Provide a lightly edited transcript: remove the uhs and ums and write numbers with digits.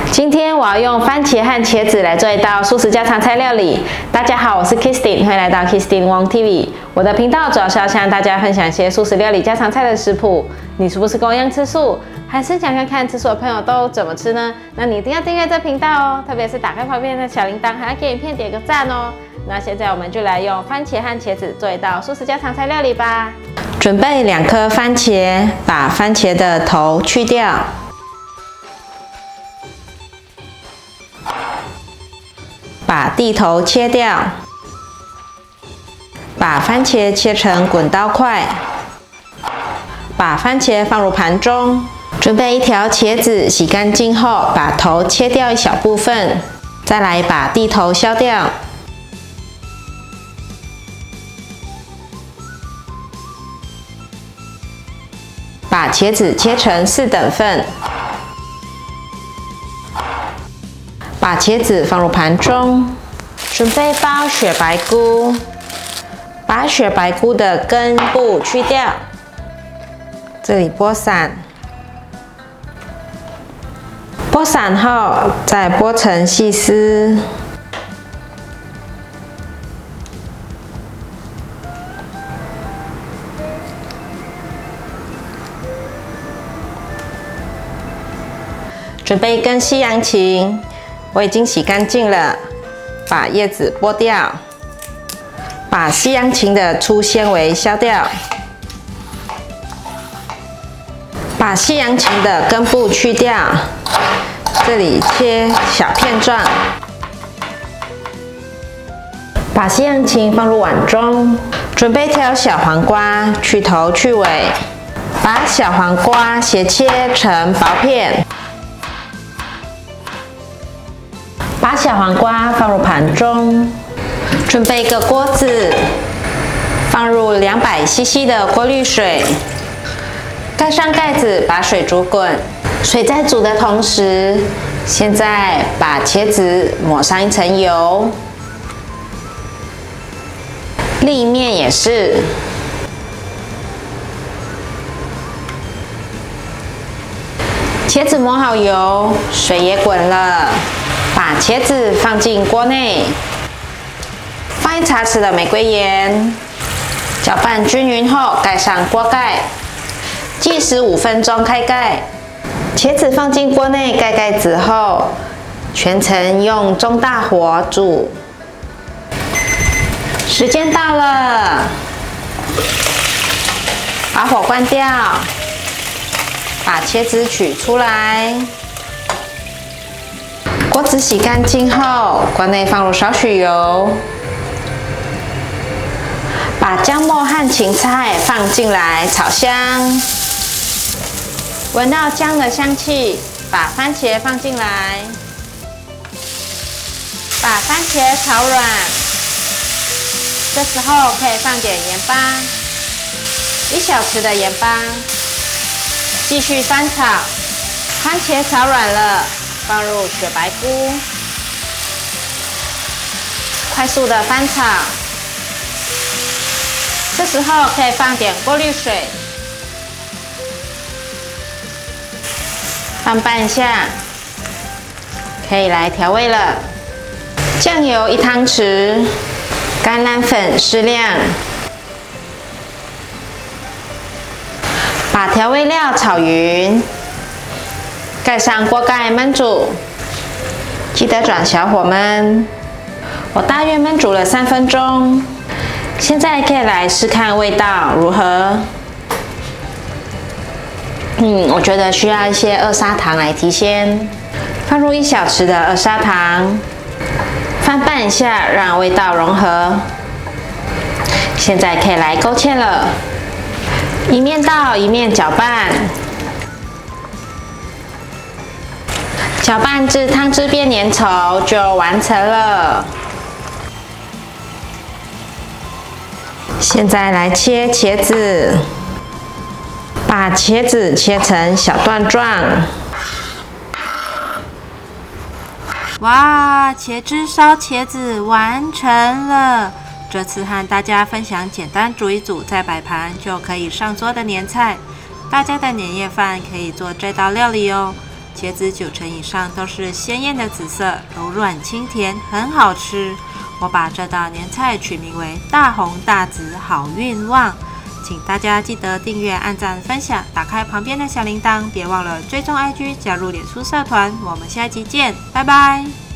今天我要用番茄和茄子来做一道素食家常菜料理。大家好，我是 Kristin， 欢迎来到 Kristin Wong TV。我的频道主要是要向大家分享一些素食料理家常菜的食谱。你是不是跟我一样吃素，还是想看看吃素的朋友都怎么吃呢？那你一定要订阅这频道哦，特别是打开旁边的小铃铛，还要给影片点个赞哦。那现在我们就来用番茄和茄子做一道素食家常菜料理吧。准备2颗番茄，把番茄的头去掉。把蒂头切掉，把番茄切成滚刀块，把番茄放入盘中。准备1条茄子，洗干净后把头切掉一小部分，再来把蒂头削掉。把茄子切成4等份。把茄子放入盘中，准备包雪白菇，把雪白菇的根部去掉，这里剥散，剥散后再剥成细丝。准备1根西洋芹。我已经洗干净了，把叶子剥掉，把西洋芹的粗纤维削掉，把西洋芹的根部去掉，这里切小片状，把西洋芹放入碗中，准备挑小黄瓜，去头去尾，把小黄瓜斜切成薄片。把小黄瓜放入盘中，准备1个锅子，放入200 cc 的过滤水，盖上盖子，把水煮滚。水在煮的同时，现在把茄子抹上1层油，另一面也是。茄子抹好油，水也滚了。把茄子放进锅内，放1茶匙的玫瑰盐，搅拌均匀后盖上锅盖，计时5分钟开盖。茄子放进锅内，盖盖子后，全程用中大火煮。时间到了，把火关掉，把茄子取出来。锅子洗干净后，锅内放入少许油，把姜末和芹菜放进来炒香。闻到姜的香气，把番茄放进来，把番茄炒软。这时候可以放点盐巴，1小匙的盐巴，继续翻炒。番茄炒软了。放入雪白菇，快速的翻炒。这时候可以放点过滤水，翻拌一下，可以来调味了。酱油1汤匙，橄榄粉适量，把调味料炒匀。盖上锅盖焖煮，记得转小火焖。我大约焖煮了3分钟，现在可以来试看味道如何。我觉得需要一些2砂糖来提鲜，放入1小匙的2砂糖，翻拌一下，让味道融合。现在可以来勾芡了，一面倒一面搅拌。搅拌至汤汁变粘稠就完成了。现在来切茄子，把茄子切成小段状。 哇，茄汁烧茄子完成了！这次和大家分享简单煮一煮再摆盘就可以上桌的年菜，大家的年夜饭可以做这道料理哦。 茄子90%以上都是鲜艳的紫色，柔软清甜，很好吃。我把这道年菜取名为大红大紫好运旺，请大家记得订阅、按赞、分享，打开旁边的小铃铛，别忘了追踪 IG， 加入脸书社团。我们下期见，拜拜。